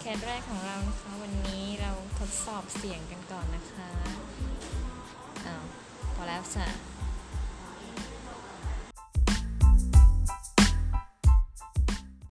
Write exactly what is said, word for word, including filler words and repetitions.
สแรกของเรานะคะวันนี้เราทดสอบเสียงกันก่อนนะคะอ้าวพอแล้วจ้ะ